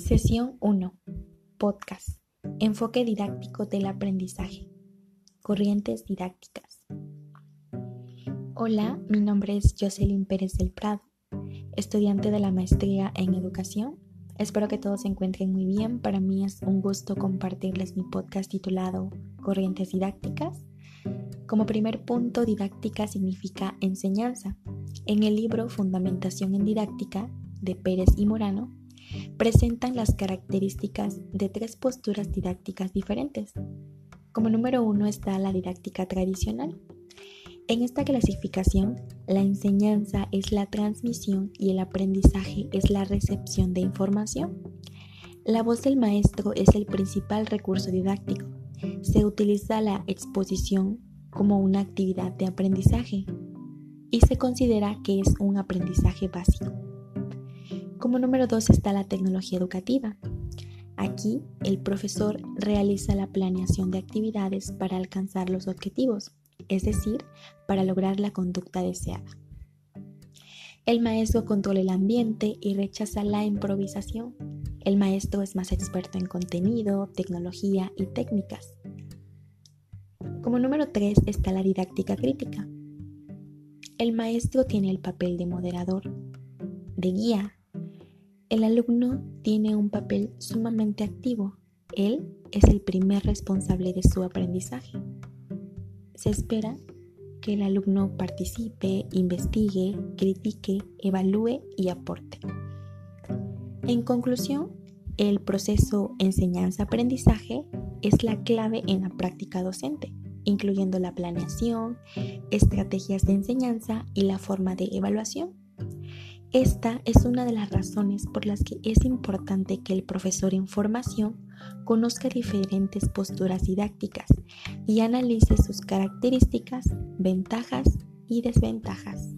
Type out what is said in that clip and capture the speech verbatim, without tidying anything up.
Sesión uno. Podcast. Enfoque didáctico del aprendizaje. Corrientes didácticas. Hola, mi nombre es Jocelyn Pérez del Prado, estudiante de la maestría en educación. Espero que todos se encuentren muy bien. Para mí es un gusto compartirles mi podcast titulado Corrientes didácticas. Como primer punto, didáctica significa enseñanza. En el libro Fundamentación en Didáctica de Pérez y Morano, presentan las características de tres posturas didácticas diferentes. Como número uno está la didáctica tradicional. En esta clasificación, la enseñanza es la transmisión y el aprendizaje es la recepción de información. La voz del maestro es el principal recurso didáctico. Se utiliza la exposición como una actividad de aprendizaje y se considera que es un aprendizaje básico. Como número dos está la tecnología educativa. Aquí, el profesor realiza la planeación de actividades para alcanzar los objetivos, es decir, para lograr la conducta deseada. El maestro controla el ambiente y rechaza la improvisación. El maestro es más experto en contenido, tecnología y técnicas. Como número tres está la didáctica crítica. El maestro tiene el papel de moderador, de guía. El alumno tiene un papel sumamente activo. Él es el primer responsable de su aprendizaje. Se espera que el alumno participe, investigue, critique, evalúe y aporte. En conclusión, el proceso enseñanza-aprendizaje es la clave en la práctica docente, incluyendo la planeación, estrategias de enseñanza y la forma de evaluación. Esta es una de las razones por las que es importante que el profesor en formación conozca diferentes posturas didácticas y analice sus características, ventajas y desventajas.